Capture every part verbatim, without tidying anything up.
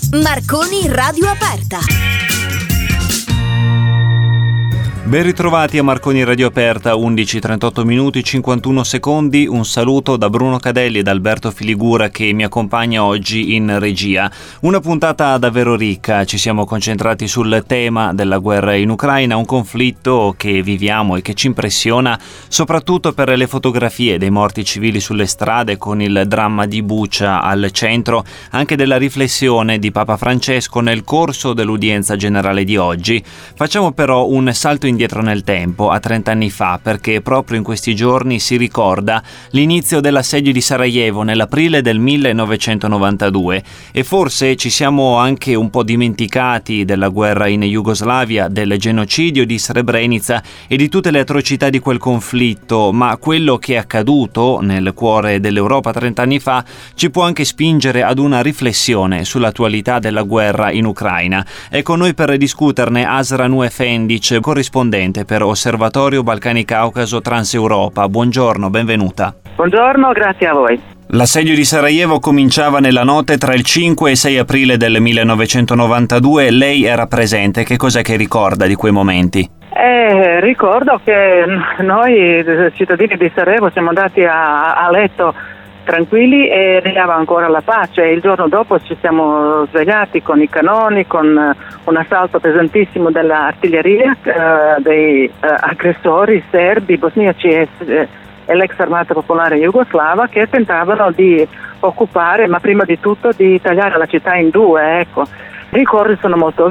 Marconi Radio Aperta. Ben ritrovati a Marconi Radio Aperta, undici e trentotto minuti cinquantuno secondi. Un saluto da Bruno Cadelli e da Alberto Filigura che mi accompagna oggi in regia. Una puntata davvero ricca, ci siamo concentrati sul tema della guerra in Ucraina, un conflitto che viviamo e che ci impressiona soprattutto per le fotografie dei morti civili sulle strade, con il dramma di Bucha al centro anche della riflessione di Papa Francesco nel corso dell'udienza generale di oggi. Facciamo però un salto indietro nel tempo, a trent'anni fa, perché proprio in questi giorni si ricorda l'inizio dell'assedio di Sarajevo nell'aprile del millenovecentonovantadue e forse ci siamo anche un po' dimenticati della guerra in Jugoslavia, del genocidio di Srebrenica e di tutte le atrocità di quel conflitto, ma quello che è accaduto nel cuore dell'Europa trent'anni fa ci può anche spingere ad una riflessione sull'attualità della guerra in Ucraina. È con noi per discuterne Asra Efendic, corrispondente per Osservatorio Balcani Caucaso Transeuropa. Buongiorno, benvenuta. Buongiorno, grazie a voi. L'assedio di Sarajevo cominciava nella notte tra il cinque e il sei aprile del millenovecentonovantadue. Lei era presente. Che cos'è che ricorda di quei momenti? Eh, ricordo che noi cittadini di Sarajevo siamo andati a, a letto tranquilli e regnava ancora la pace. Il giorno dopo ci siamo svegliati con i cannoni, con un assalto pesantissimo dell'artiglieria, eh, dei eh, aggressori serbi, bosniaci e, e l'ex armata popolare jugoslava che tentavano di occupare, ma prima di tutto di tagliare la città in due, ecco. I ricordi sono molto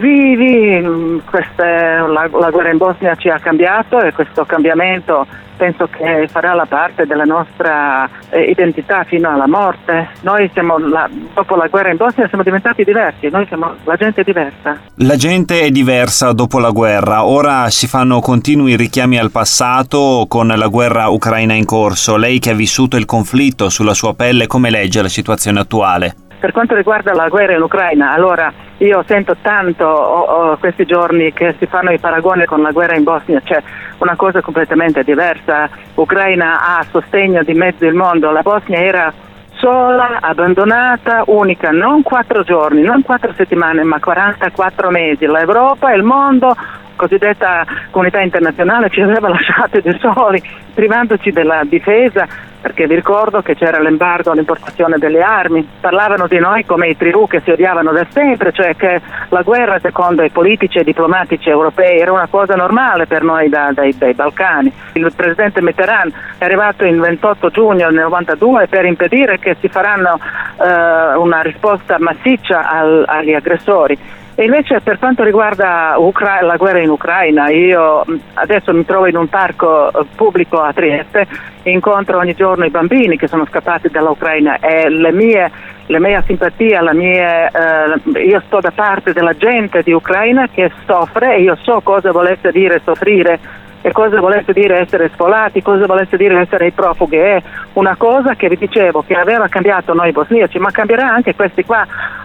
vivi, queste, la, la guerra in Bosnia ci ha cambiato e questo cambiamento penso che farà la parte della nostra eh, identità fino alla morte. Noi siamo, la, dopo la guerra in Bosnia siamo diventati diversi, noi siamo la gente diversa. La gente è diversa dopo la guerra, ora si fanno continui richiami al passato con la guerra ucraina in corso. Lei che ha vissuto il conflitto sulla sua pelle, come legge la situazione attuale? Per quanto riguarda la guerra in Ucraina, allora io sento tanto oh, oh, questi giorni che si fanno i paragoni con la guerra in Bosnia, c'è una cosa completamente diversa. Ucraina ha sostegno di mezzo il mondo, la Bosnia era sola, abbandonata, unica, non quattro giorni, non quattro settimane, ma quarantaquattro mesi. L'Europa e il mondo, cosiddetta comunità internazionale, ci aveva lasciati da soli, privandoci della difesa, perché vi ricordo che c'era l'embargo all'importazione delle armi. Parlavano di noi come i tribù che si odiavano da sempre, cioè che la guerra, secondo i politici e diplomatici europei, era una cosa normale per noi da, dai, dai Balcani. Il presidente Mitterrand è arrivato il ventotto giugno del novantadue per impedire che si faranno eh, una risposta massiccia al, agli aggressori. E invece per quanto riguarda Ucra- la guerra in Ucraina, io adesso mi trovo in un parco pubblico a Trieste, incontro ogni giorno i bambini che sono scappati dall'Ucraina e le mie, le mie simpatia, la mie, eh, io sto da parte della gente di Ucraina che soffre e io so cosa volesse dire soffrire e cosa volesse dire essere sfolati, cosa volesse dire essere i profughi. È una cosa che vi dicevo che aveva cambiato noi bosniaci, ma cambierà anche questi qua,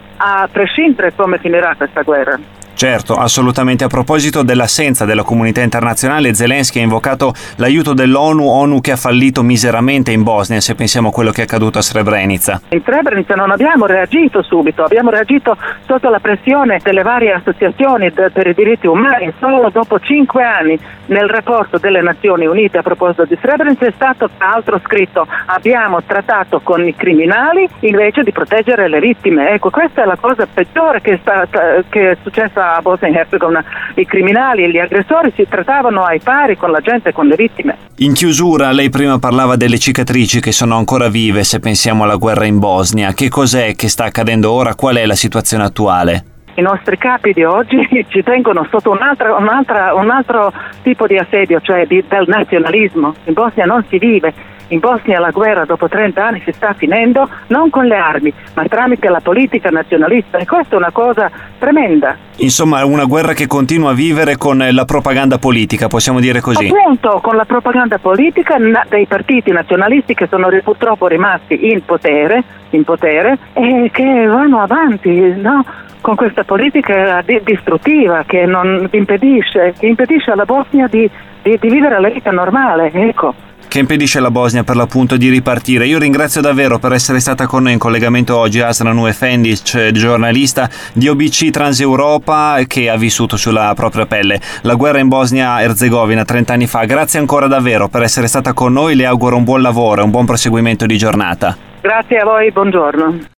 a prescindere come finirà questa guerra. Certo, assolutamente. A proposito dell'assenza della comunità internazionale, Zelensky ha invocato l'aiuto dell'ONU, ONU che ha fallito miseramente in Bosnia, se pensiamo a quello che è accaduto a Srebrenica. In Srebrenica non abbiamo reagito subito, abbiamo reagito sotto la pressione delle varie associazioni de- per i diritti umani. Solo dopo cinque anni nel rapporto delle Nazioni Unite a proposito di Srebrenica è stato tra l'altro scritto: abbiamo trattato con i criminali invece di proteggere le vittime. Ecco, questa è la cosa peggiore che è, stata, che è successa a Bosnia e Herzegovina. I criminali e gli aggressori si trattavano ai pari con la gente, con le vittime. In chiusura, lei prima parlava delle cicatrici che sono ancora vive se pensiamo alla guerra in Bosnia. Che cos'è che sta accadendo ora? Qual è la situazione attuale? I nostri capi di oggi ci tengono sotto un'altra, un'altra, un altro tipo di assedio, cioè di, del nazionalismo. In Bosnia non si vive. In Bosnia la guerra dopo trenta anni si sta finendo non con le armi, ma tramite la politica nazionalista, e questa è una cosa tremenda. Insomma, è una guerra che continua a vivere con la propaganda politica, possiamo dire così. Appunto, con la propaganda politica dei partiti nazionalisti che sono purtroppo rimasti in potere, in potere e che vanno avanti, no? Con questa politica distruttiva che non impedisce, che impedisce alla Bosnia di, di, di vivere la vita normale, ecco. che impedisce alla Bosnia per l'appunto di ripartire. Io ringrazio davvero per essere stata con noi in collegamento oggi Asranou Efendic, giornalista di O B C Transeuropa che ha vissuto sulla propria pelle la guerra in Bosnia-Erzegovina trent'anni fa. Grazie ancora davvero per essere stata con noi, le auguro un buon lavoro e un buon proseguimento di giornata. Grazie a voi, buongiorno.